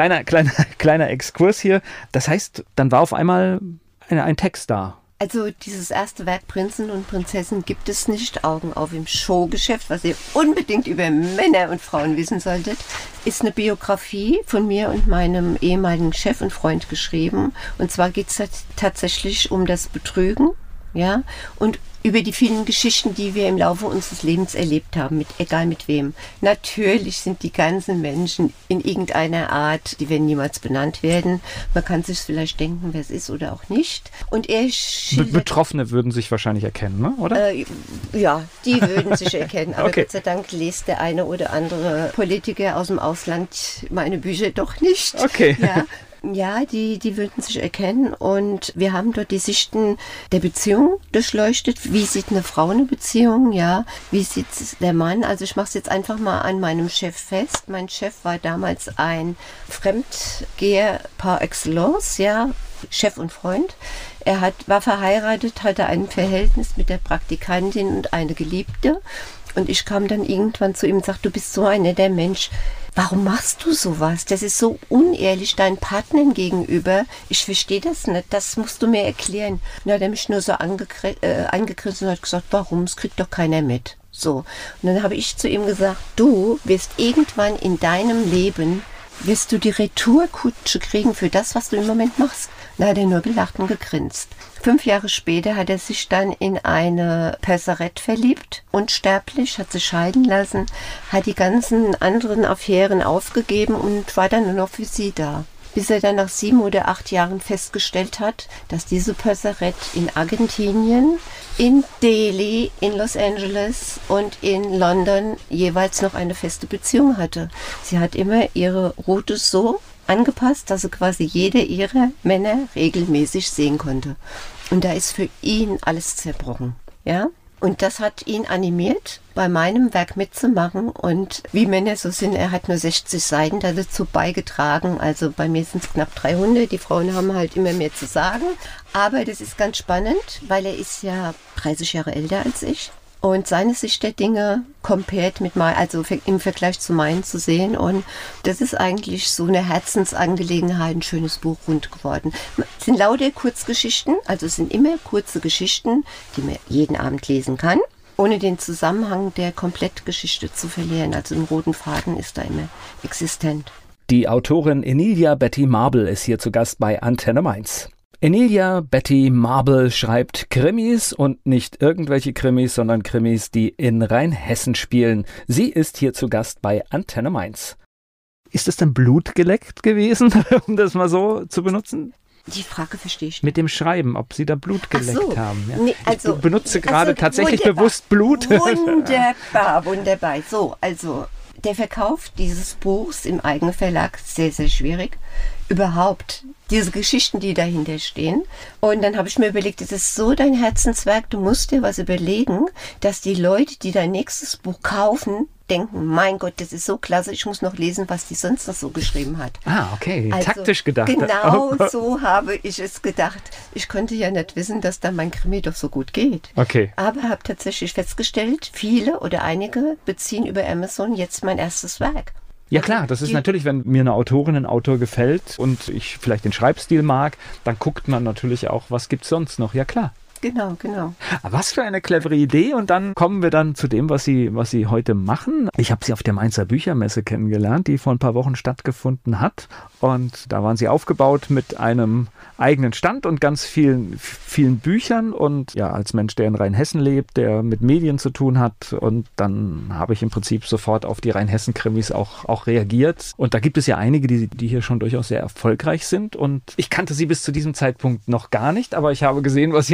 kleiner Exkurs hier. Das heißt, dann war auf einmal ein Text da. Also dieses erste Werk Prinzen und Prinzessin gibt es nicht, Augen auf im Showgeschäft, was ihr unbedingt über Männer und Frauen wissen solltet, ist eine Biografie von mir und meinem ehemaligen Chef und Freund geschrieben. Und zwar geht es tatsächlich um das Betrügen, ja, und über die vielen Geschichten, die wir im Laufe unseres Lebens erlebt haben, egal mit wem. Natürlich sind die ganzen Menschen in irgendeiner Art, die werden niemals benannt werden. Man kann sich vielleicht denken, wer es ist oder auch nicht. Und er Betroffene würden sich wahrscheinlich erkennen, ne? Oder? Ja, die würden sich erkennen. Aber Gott sei Dank liest der eine oder andere Politiker aus dem Ausland meine Bücher doch nicht. Okay. Ja, die würden sich erkennen, und wir haben dort die Sichten der Beziehung durchleuchtet. Wie sieht eine Frau eine Beziehung? Ja, wie sieht der Mann? Also ich mache es jetzt einfach mal an meinem Chef fest. Mein Chef war damals ein Fremdgeher par excellence, ja, Chef und Freund. Er war verheiratet, hatte ein Verhältnis mit der Praktikantin und eine Geliebte. Und ich kam dann irgendwann zu ihm und sagte, du bist so ein netter Mensch. Warum machst du sowas? Das ist so unehrlich deinen Partnern gegenüber. Ich verstehe das nicht. Das musst du mir erklären. Dann hat er mich nur so angegriffen und hat gesagt, warum? Es kriegt doch keiner mit. So. Und dann habe ich zu ihm gesagt, du wirst irgendwann in deinem Leben, wirst du die Retourkutsche kriegen für das, was du im Moment machst. Da hat er nur gelacht und gegrinst. 5 Jahre später hat er sich dann in eine Perserette verliebt, unsterblich, hat sich scheiden lassen, hat die ganzen anderen Affären aufgegeben und war dann nur noch für sie da. Bis er dann nach 7 oder 8 Jahren festgestellt hat, dass diese Perserette in Argentinien, in Delhi, in Los Angeles und in London jeweils noch eine feste Beziehung hatte. Sie hat immer ihre Route so angepasst, dass sie quasi jede ihrer Männer regelmäßig sehen konnte. Und da ist für ihn alles zerbrochen. Ja? Und das hat ihn animiert, bei meinem Werk mitzumachen. Und wie Männer so sind, er hat nur 60 Seiten dazu beigetragen. Also bei mir sind es knapp 300. Die Frauen haben halt immer mehr zu sagen. Aber das ist ganz spannend, weil er ist ja 30 Jahre älter als ich. Und seine Sicht der Dinge also im Vergleich zu meinen zu sehen. Und das ist eigentlich so eine Herzensangelegenheit, ein schönes Buch rund geworden. Es sind lauter Kurzgeschichten, also es sind immer kurze Geschichten, die man jeden Abend lesen kann, ohne den Zusammenhang der Komplettgeschichte zu verlieren. Also ein roten Faden ist da immer existent. Die Autorin Enilia Betty Marble ist hier zu Gast bei Antenne Mainz. Enilia Betty Marble schreibt Krimis, und nicht irgendwelche Krimis, sondern Krimis, die in Rheinhessen spielen. Sie ist hier zu Gast bei Antenne Mainz. Ist es denn blutgeleckt gewesen, um das mal so zu benutzen? Die Frage verstehe ich nicht. Mit dem Schreiben, ob Sie da Blut geleckt haben. Ja. Nee, also, ich benutze gerade tatsächlich bewusst Blut. Wunderbar. So, also der Verkauf dieses Buchs im Eigenverlag ist sehr, sehr schwierig. Überhaupt diese Geschichten, die dahinter stehen. Und dann habe ich mir überlegt, das ist so dein Herzenswerk, du musst dir was überlegen, dass die Leute, die dein nächstes Buch kaufen, denken, mein Gott, das ist so klasse, ich muss noch lesen, was die sonst noch so geschrieben hat. Ah, okay, also, taktisch gedacht. Genau so habe ich es gedacht. Ich konnte ja nicht wissen, dass da mein Krimi doch so gut geht. Okay. Aber habe tatsächlich festgestellt, viele oder einige beziehen über Amazon jetzt mein erstes Werk. Ja klar, das ist natürlich, wenn mir eine Autorin, ein Autor gefällt und ich vielleicht den Schreibstil mag, dann guckt man natürlich auch, was gibt's sonst noch. Ja klar. Genau. Was für eine clevere Idee. Und dann kommen wir dann zu dem, was Sie heute machen. Ich habe Sie auf der Mainzer Büchermesse kennengelernt, die vor ein paar Wochen stattgefunden hat. Und da waren Sie aufgebaut mit einem eigenen Stand und ganz vielen Büchern. Und ja, als Mensch, der in Rheinhessen lebt, der mit Medien zu tun hat. Und dann habe ich im Prinzip sofort auf die Rheinhessen-Krimis auch reagiert. Und da gibt es ja einige, die hier schon durchaus sehr erfolgreich sind. Und ich kannte Sie bis zu diesem Zeitpunkt noch gar nicht, aber ich habe gesehen, was Sie an dem Tag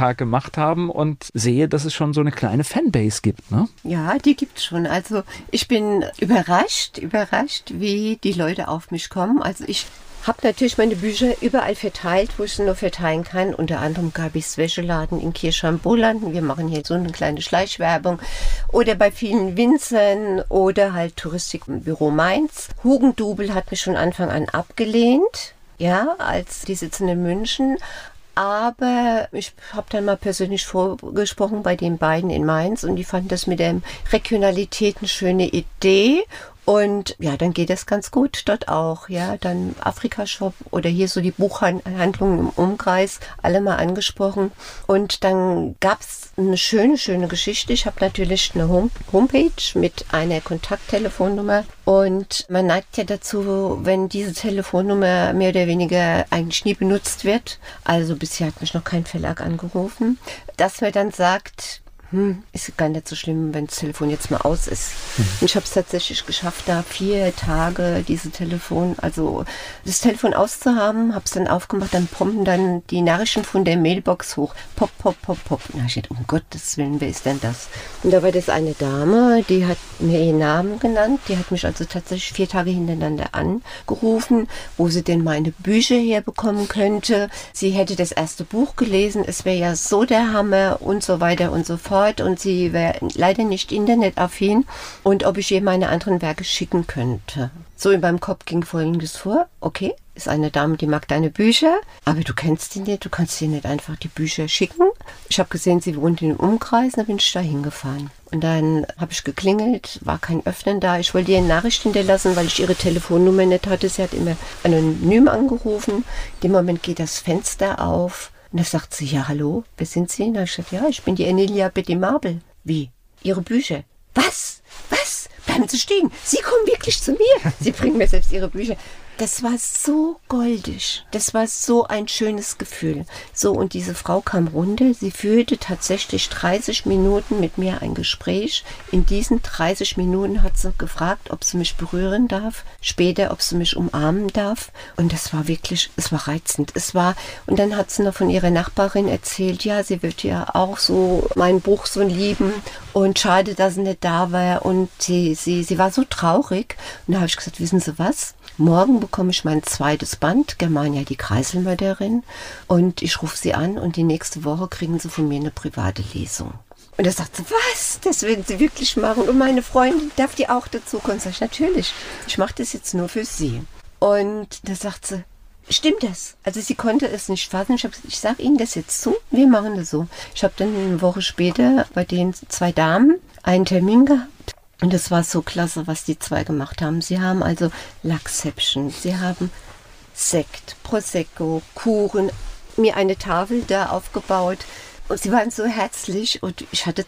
Tag gemacht haben und sehe, dass es schon so eine kleine Fanbase gibt, ne? Ja, die gibt's schon. Also ich bin überrascht, wie die Leute auf mich kommen. Also ich habe natürlich meine Bücher überall verteilt, wo ich sie nur verteilen kann. Unter anderem Gabis Wäscheladen in Kirchheim-Bolanden. Wir machen hier so eine kleine Schleichwerbung. Oder bei vielen Winzern oder halt Touristikbüro Mainz. Hugendubel hat mich von Anfang an abgelehnt. Ja, als die sitzen in München. Aber ich habe dann mal persönlich vorgesprochen bei den beiden in Mainz und die fanden das mit der Regionalität eine schöne Idee. Und ja, dann geht es ganz gut dort auch. Ja, dann Afrika-Shop oder hier so die Buchhandlungen im Umkreis, alle mal angesprochen. Und dann gab es eine schöne Geschichte. Ich habe natürlich eine Homepage mit einer Kontakttelefonnummer. Und man neigt ja dazu, wenn diese Telefonnummer mehr oder weniger eigentlich nie benutzt wird, also bisher hat mich noch kein Verlag angerufen, dass man dann sagt, ist gar nicht so schlimm, wenn das Telefon jetzt mal aus ist. Und ich habe es tatsächlich geschafft, da 4 Tage das Telefon auszuhaben, habe es dann aufgemacht, dann pompen dann die Nachrichten von der Mailbox hoch. Pop. Und da steht, um Gottes Willen, wer ist denn das? Und da war das eine Dame, die hat mir ihren Namen genannt, die hat mich also tatsächlich 4 Tage hintereinander angerufen, wo sie denn meine Bücher herbekommen könnte. Sie hätte das erste Buch gelesen, es wäre ja so der Hammer und so weiter und so fort. Und sie wäre leider nicht internetaffin und ob ich ihr meine anderen Werke schicken könnte. So in meinem Kopf ging Folgendes vor. Okay, ist eine Dame, die mag deine Bücher, aber du kennst die nicht, du kannst ihr nicht einfach die Bücher schicken. Ich habe gesehen, sie wohnt in dem Umkreis, dann bin ich da hingefahren. Und dann habe ich geklingelt, war kein Öffnen da. Ich wollte ihr eine Nachricht hinterlassen, weil ich ihre Telefonnummer nicht hatte. Sie hat immer anonym angerufen. In dem Moment geht das Fenster auf. Und da sagt sie, ja, hallo, wer sind Sie? Und da habe ich gesagt, ja, ich bin die Enilia Betty Marble. Wie? Ihre Bücher? Was? Bleiben Sie stehen. Sie kommen wirklich zu mir. Sie bringen mir selbst Ihre Bücher. Das war so goldig. Das war so ein schönes Gefühl. So, und diese Frau kam runter. Sie führte tatsächlich 30 Minuten mit mir ein Gespräch. In diesen 30 Minuten hat sie gefragt, ob sie mich berühren darf. Später, ob sie mich umarmen darf. Und das war wirklich, es war reizend. Und dann hat sie noch von ihrer Nachbarin erzählt, ja, sie wird ja auch so mein Buch so lieben. Und schade, dass sie nicht da war. Und sie war so traurig. Und da habe ich gesagt, wissen Sie was? Morgen bekomme ich mein 2. Band, Germania, die Kreiselmörderin. Und ich rufe sie an und die nächste Woche kriegen sie von mir eine private Lesung. Und da sagt sie, was? Das werden sie wirklich machen. Und meine Freundin, darf die auch dazu kommen? Sag ich, natürlich. Ich mache das jetzt nur für sie. Und da sagt sie, stimmt das? Also sie konnte es nicht fassen. Ich sage Ihnen das jetzt zu. Wir machen das so. Ich habe dann eine Woche später bei den 2 Damen einen Termin gehabt. Und es war so klasse, was die 2 gemacht haben. Sie haben also Lachsäppchen, sie haben Sekt, Prosecco, Kuchen, mir eine Tafel da aufgebaut. Und sie waren so herzlich und ich hatte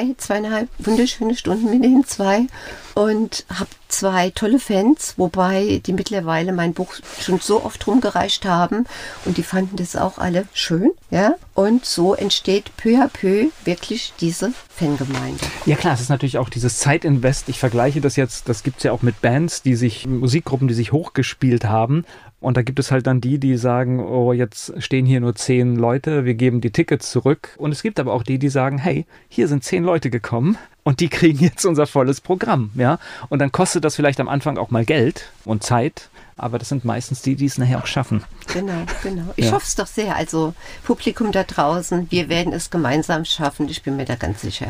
2,5 wunderschöne Stunden mit den 2 und habe 2 tolle Fans, wobei die mittlerweile mein Buch schon so oft rumgereicht haben und die fanden das auch alle schön, ja. Und so entsteht peu à peu wirklich diese Fangemeinde. Ja klar, es ist natürlich auch dieses Zeitinvest. Ich vergleiche das jetzt, das gibt es ja auch mit Bands, Musikgruppen, die sich hochgespielt haben. Und da gibt es halt dann die sagen, oh, jetzt stehen hier nur 10 Leute, wir geben die Tickets zurück. Und es gibt aber auch die sagen, hey, hier sind 10 Leute gekommen und die kriegen jetzt unser volles Programm, ja. Und dann kostet das vielleicht am Anfang auch mal Geld und Zeit, aber das sind meistens die es nachher auch schaffen. Genau. Ich hoffe es doch sehr. Also Publikum da draußen, wir werden es gemeinsam schaffen, ich bin mir da ganz sicher.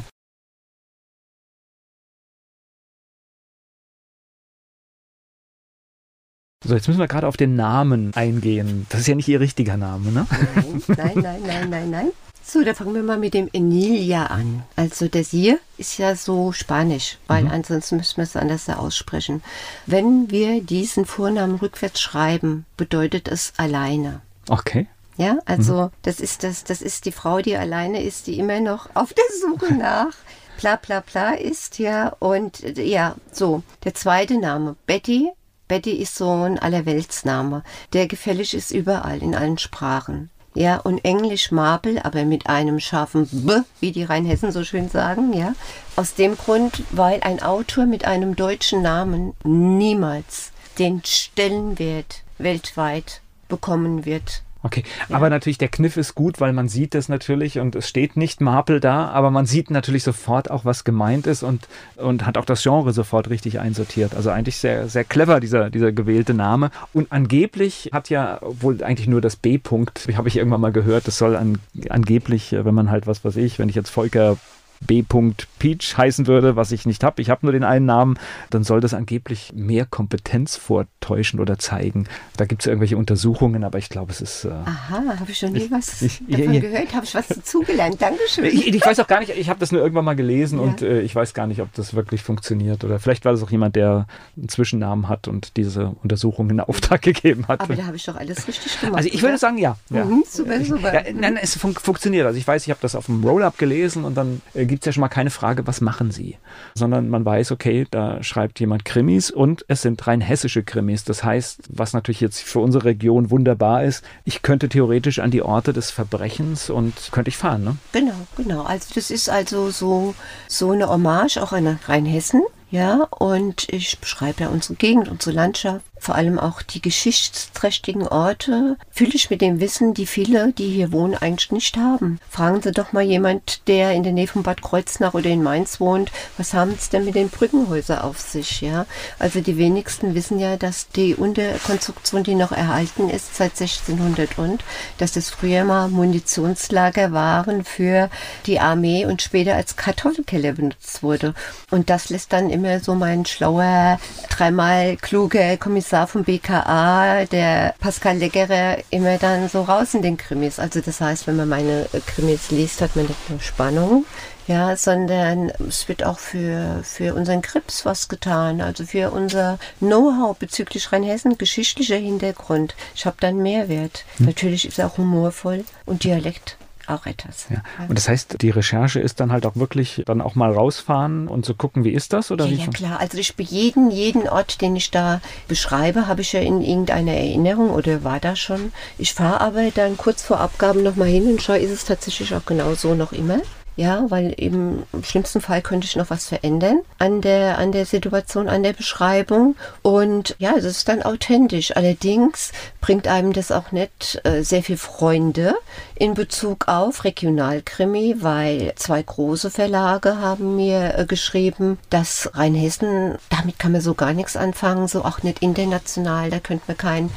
So, jetzt müssen wir gerade auf den Namen eingehen. Das ist ja nicht Ihr richtiger Name, ne? Nein. So, da fangen wir mal mit dem Enilia an. Also das hier ist ja so spanisch, weil ansonsten müssen wir es anders aussprechen. Wenn wir diesen Vornamen rückwärts schreiben, bedeutet es alleine. Okay. Ja, also das ist die Frau, die alleine ist, die immer noch auf der Suche nach bla bla bla ist, ja. Und ja, so, der zweite Name, Betty. Betty ist so ein Allerweltsname, der gefällig ist überall, in allen Sprachen. Ja, und Englisch Marble, aber mit einem scharfen B, wie die Rheinhessen so schön sagen, ja. Aus dem Grund, weil ein Autor mit einem deutschen Namen niemals den Stellenwert weltweit bekommen wird. Okay, aber natürlich der Kniff ist gut, weil man sieht es natürlich und es steht nicht Marple da, aber man sieht natürlich sofort auch, was gemeint ist und hat auch das Genre sofort richtig einsortiert. Also eigentlich sehr, sehr clever, dieser gewählte Name. Und angeblich hat ja wohl eigentlich nur das B-Punkt, habe ich irgendwann mal gehört, das soll angeblich, wenn man halt wenn ich jetzt Volker B. Peach heißen würde, was ich nicht habe. Ich habe nur den einen Namen. Dann soll das angeblich mehr Kompetenz vortäuschen oder zeigen. Da gibt es irgendwelche Untersuchungen, aber ich glaube, es ist... Aha, habe ich schon nie was davon gehört. Habe ich was dazugelernt. Dankeschön. Ich weiß auch gar nicht, ich habe das nur irgendwann mal gelesen und ich weiß gar nicht, ob das wirklich funktioniert. Oder vielleicht war das auch jemand, der einen Zwischennamen hat und diese Untersuchungen in Auftrag gegeben hat. Aber da habe ich doch alles richtig gemacht. Also ich würde sagen, ja. Super. Ja, nein, es funktioniert. Also ich weiß, ich habe das auf dem Roll-Up gelesen und dann gibt es ja schon mal keine Frage, was machen Sie? Sondern man weiß, okay, da schreibt jemand Krimis und es sind rein hessische Krimis. Das heißt, was natürlich jetzt für unsere Region wunderbar ist, ich könnte theoretisch an die Orte des Verbrechens und könnte ich fahren, ne? Genau. Also das ist also so eine Hommage auch an Rheinhessen. Ja, und ich beschreibe ja unsere Gegend, unsere Landschaft, vor allem auch die geschichtsträchtigen Orte, fühle ich mit dem Wissen, die viele, die hier wohnen, eigentlich nicht haben. Fragen Sie doch mal jemand, der in der Nähe von Bad Kreuznach oder in Mainz wohnt, was haben es denn mit den Brückenhäusern auf sich, ja? Also die wenigsten wissen ja, dass die Unterkonstruktion, die noch erhalten ist seit 1600 dass das früher mal Munitionslager waren für die Armee und später als Kartoffelkeller benutzt wurde. Und das lässt dann immer so mein schlauer, dreimal kluger Kommissar vom BKA, der Pascal Leggerer, immer dann so raus in den Krimis. Also das heißt, wenn man meine Krimis liest, hat man nicht nur Spannung, ja, sondern es wird auch für unseren Krips was getan, also für unser Know-how bezüglich Rheinhessen, geschichtlicher Hintergrund. Ich habe dann Mehrwert. Natürlich ist er auch humorvoll und Dialekt. Auch etwas. Ja. Und das heißt, die Recherche ist dann halt auch wirklich dann auch mal rausfahren und so gucken, wie ist das? Oder ja, klar. Also ich jeden Ort, den ich da beschreibe, habe ich ja in irgendeiner Erinnerung oder war da schon. Ich fahre aber dann kurz vor Abgaben nochmal hin und schaue, ist es tatsächlich auch genau so noch immer. Ja, weil im schlimmsten Fall könnte ich noch was verändern an der Situation, an der Beschreibung. Und ja, es ist dann authentisch. Allerdings bringt einem das auch nicht sehr viel Freunde in Bezug auf Regionalkrimi, weil 2 große Verlage haben mir geschrieben, dass Rheinhessen, damit kann man so gar nichts anfangen, so auch nicht international, da könnte man kein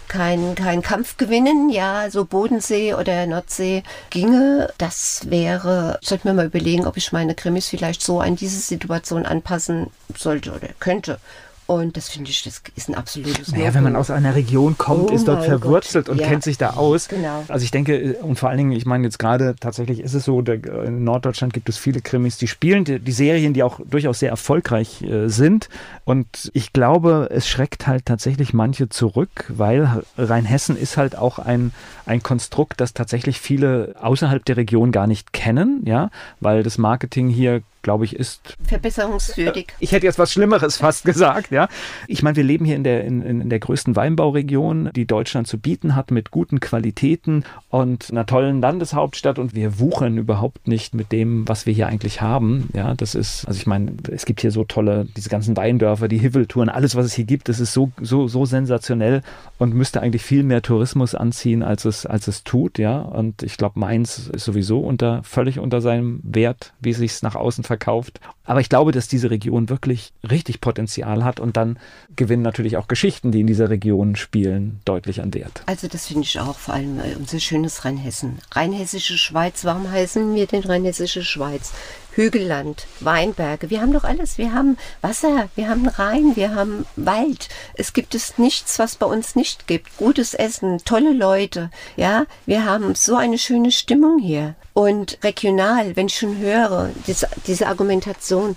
Kampf gewinnen, ja, so Bodensee oder Nordsee ginge. Das wäre, sollte mir mal überlegen, ob ich meine Krimis vielleicht so an diese Situation anpassen sollte oder könnte. Und das finde ich, das ist ein absolutes Naja, wenn man aus einer Region kommt, ist dort verwurzelt und ja, kennt sich da aus. Genau. Also ich denke, und vor allen Dingen, ich meine jetzt gerade, tatsächlich ist es so, in Norddeutschland gibt es viele Krimis, die spielen, die Serien, die auch durchaus sehr erfolgreich sind. Und ich glaube, es schreckt halt tatsächlich manche zurück, weil Rheinhessen ist halt auch ein Konstrukt, das tatsächlich viele außerhalb der Region gar nicht kennen, ja, weil das Marketing hier, glaube ich, ist verbesserungswürdig. Ich hätte jetzt was Schlimmeres fast gesagt, ja. Ich meine, wir leben hier in der größten Weinbauregion, die Deutschland zu bieten hat, mit guten Qualitäten und einer tollen Landeshauptstadt und wir wuchern überhaupt nicht mit dem, was wir hier eigentlich haben. Ja, das ist, also ich meine, es gibt hier so tolle, diese ganzen Weindörfer, die Hiveltouren, alles, was es hier gibt, das ist so sensationell und müsste eigentlich viel mehr Tourismus anziehen, als es tut, ja. Und ich glaube, Mainz ist sowieso völlig unter seinem Wert, wie es sich nach außen verkauft. Aber ich glaube, dass diese Region wirklich richtig Potenzial hat und dann gewinnen natürlich auch Geschichten, die in dieser Region spielen, deutlich an Wert. Also das finde ich auch, vor allem unser schönes Rheinhessen. Rheinhessische Schweiz, warum heißen wir denn Rheinhessische Schweiz? Hügelland, Weinberge, wir haben doch alles. Wir haben Wasser, wir haben Rhein, wir haben Wald. Es gibt nichts, was bei uns nicht gibt. Gutes Essen, tolle Leute. Ja, wir haben so eine schöne Stimmung hier. Und regional, wenn ich schon höre, diese Argumentation,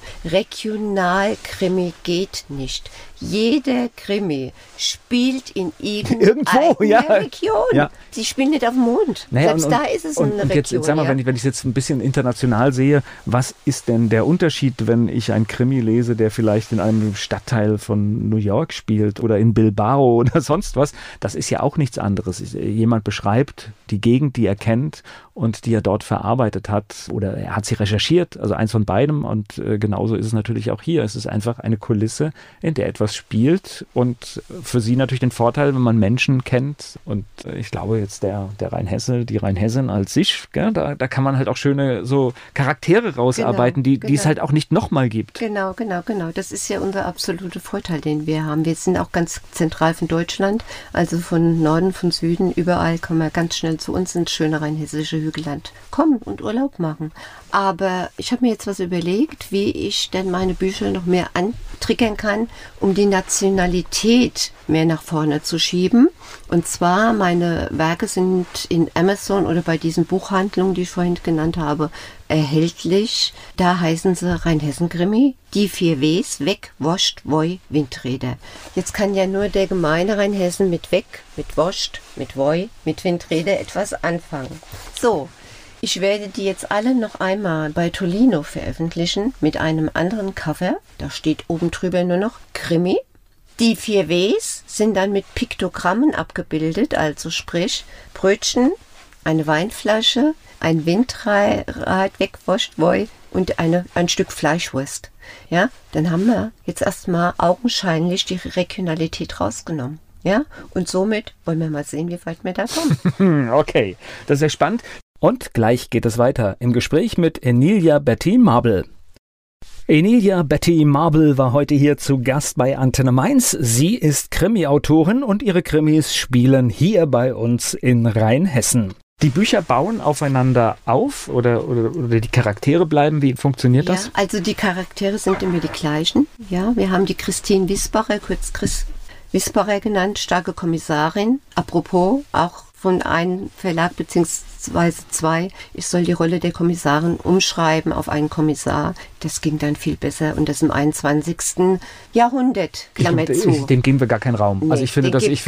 Regionalkrimi geht nicht. Jeder Krimi spielt in irgendeiner Region. Ja. Sie spielen nicht auf dem Mond. Naja, Selbst da ist es eine Region. Jetzt sag mal, wenn ich es jetzt ein bisschen international sehe, was ist denn der Unterschied, wenn ich einen Krimi lese, der vielleicht in einem Stadtteil von New York spielt oder in Bilbao oder sonst was? Das ist ja auch nichts anderes. Jemand beschreibt die Gegend, die er kennt und die er dort verarbeitet hat oder er hat sie recherchiert, also eins von beidem und genauso ist es natürlich auch hier. Es ist einfach eine Kulisse, in der etwas spielt und für sie natürlich den Vorteil, wenn man Menschen kennt und ich glaube jetzt der Rheinhesse, die Rheinhessin als sich, gell, da kann man halt auch schöne so Charaktere rausarbeiten, die es halt auch nicht nochmal gibt. Genau. Das ist ja unser absoluter Vorteil, den wir haben. Wir sind auch ganz zentral von Deutschland, also von Norden, von Süden, überall kann man ganz schnell zu uns ins schöne rheinhessische Hügelland kommen und Urlaub machen. Aber ich habe mir jetzt was überlegt, wie ich denn meine Bücher noch mehr antriggern kann, um die Nationalität mehr nach vorne zu schieben. Und zwar, meine Werke sind in Amazon oder bei diesen Buchhandlungen, die ich vorhin genannt habe, erhältlich. Da heißen sie Rheinhessen-Krimi, die 4 Ws, weg, woscht, woi, Windräder. Jetzt kann ja nur der gemeine Rheinhessen mit weg, mit woscht, mit woi, mit Windräder etwas anfangen. So, ich werde die jetzt alle noch einmal bei Tolino veröffentlichen mit einem anderen Cover. Da steht oben drüber nur noch Krimi. Die 4 Ws sind dann mit Piktogrammen abgebildet, also sprich Brötchen, eine Weinflasche, ein Windrad, wegwascht, woi und ein Stück Fleischwurst. Ja, dann haben wir jetzt erstmal augenscheinlich die Regionalität rausgenommen. Ja, und somit wollen wir mal sehen, wie weit wir da kommen. Okay, das ist ja spannend. Und gleich geht es weiter im Gespräch mit Enilia Betty Marble. Enilia Betty Marble war heute hier zu Gast bei Antenne Mainz. Sie ist Krimi-Autorin und ihre Krimis spielen hier bei uns in Rheinhessen. Die Bücher bauen aufeinander auf oder die Charaktere bleiben? Wie funktioniert das? Ja, also die Charaktere sind immer die gleichen. Ja, wir haben die Christine Wisbacher, kurz Chris Wisbacher genannt, starke Kommissarin. Apropos, auch von einem Verlag beziehungsweise 2, ich soll die Rolle der Kommissarin umschreiben auf einen Kommissar. Das ging dann viel besser und das im 21. Jahrhundert, Klammer zu. Dem geben wir gar keinen Raum. Nee, also ich finde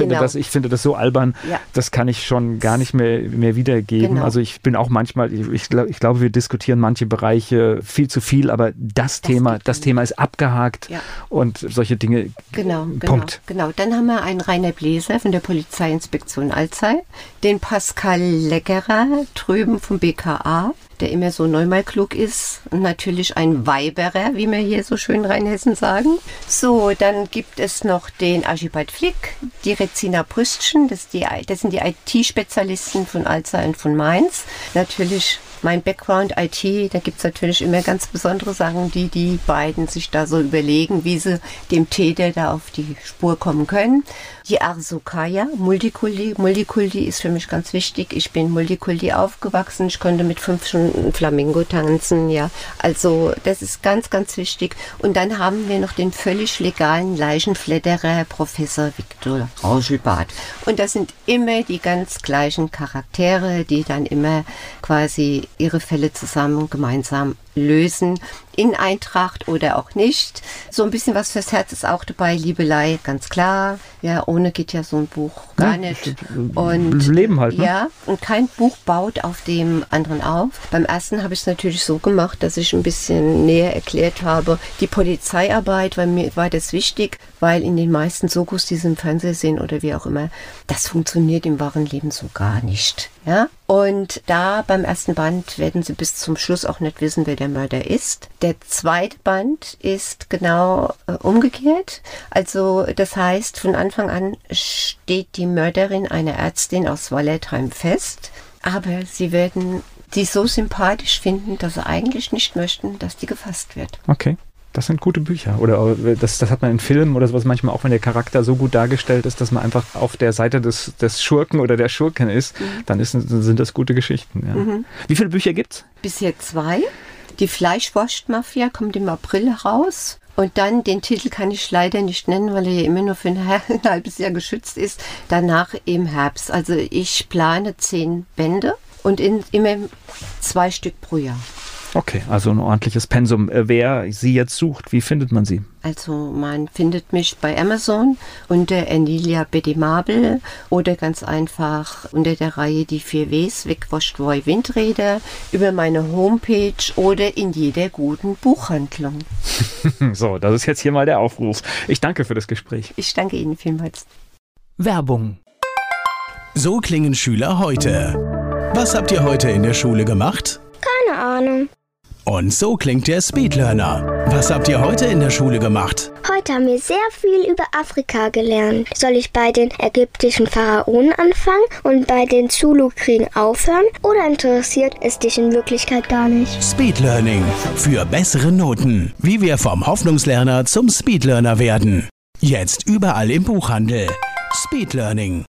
das so albern, ja. Das kann ich schon gar nicht mehr wiedergeben. Genau. Also ich bin auch manchmal, ich glaube, wir diskutieren manche Bereiche viel zu viel, aber das Thema ist abgehakt und solche Dinge, Punkt. Genau, dann haben wir einen Rainer Bläser von der Polizeiinspektion Alzey, den Pascal Leckerer drüben vom BKA, der immer so neunmal klug ist und natürlich ein Weiberer, wie wir hier so schön in Rheinhessen sagen. So, dann gibt es noch den Archibald Flick, die Rezina Brüstchen, das sind die IT-Spezialisten von Alzey und von Mainz. Natürlich mein Background IT, da gibt es natürlich immer ganz besondere Sachen, die beiden sich da so überlegen, wie sie dem Täter da auf die Spur kommen können. Die Arsukaya, Multikulti. Multikulti ist für mich ganz wichtig. Ich bin Multikulti aufgewachsen. Ich konnte mit 5 Stunden Flamingo tanzen, ja. Also, das ist ganz, ganz wichtig. Und dann haben wir noch den völlig legalen Leichenfledderer Professor Viktor Rauschelbart. Und das sind immer die ganz gleichen Charaktere, die dann immer quasi ihre Fälle zusammen, gemeinsam lösen, in Eintracht oder auch nicht. So ein bisschen was fürs Herz ist auch dabei, Liebelei, ganz klar. Ja, ohne geht ja so ein Buch gar nicht. Und Leben halt, ne? Ja, und kein Buch baut auf dem anderen auf. Beim ersten habe ich es natürlich so gemacht, dass ich ein bisschen näher erklärt habe, die Polizeiarbeit, weil mir war das wichtig, weil in den meisten Sokos, die Sie im Fernsehen sehen oder wie auch immer, das funktioniert im wahren Leben so gar nicht. Ja? Und da beim ersten Band werden Sie bis zum Schluss auch nicht wissen, wer der Mörder ist. Der zweite Band ist genau umgekehrt. Also das heißt, von Anfang an steht die Mörderin einer Ärztin aus Wallertheim fest. Aber Sie werden die so sympathisch finden, dass Sie eigentlich nicht möchten, dass die gefasst wird. Okay. Das sind gute Bücher. Oder das hat man in Filmen oder sowas manchmal auch, wenn der Charakter so gut dargestellt ist, dass man einfach auf der Seite des Schurken oder der Schurkin ist, dann sind das gute Geschichten. Ja. Mhm. Wie viele Bücher gibt's? Bisher 2. Die Fleischwurst-Mafia kommt im April raus. Und dann, den Titel kann ich leider nicht nennen, weil er ja immer nur für ein halbes Jahr geschützt ist. Danach im Herbst. Also ich plane 10 Bände und immer 2 Stück pro Jahr. Okay, also ein ordentliches Pensum. Wer Sie jetzt sucht, wie findet man Sie? Also man findet mich bei Amazon unter Enilia Betty Marble oder ganz einfach unter der Reihe Die 4 Ws, wegwascht, woi, Windräder, über meine Homepage oder in jeder guten Buchhandlung. So, das ist jetzt hier mal der Aufruf. Ich danke für das Gespräch. Ich danke Ihnen vielmals. Werbung. So klingen Schüler heute. Was habt ihr heute in der Schule gemacht? Keine Ahnung. Und so klingt der Speedlearner. Was habt ihr heute in der Schule gemacht? Heute haben wir sehr viel über Afrika gelernt. Soll ich bei den ägyptischen Pharaonen anfangen und bei den Zulu-Kriegen aufhören? Oder interessiert es dich in Wirklichkeit gar nicht? Speedlearning. Für bessere Noten. Wie wir vom Hoffnungslerner zum Speedlearner werden. Jetzt überall im Buchhandel. Speedlearning.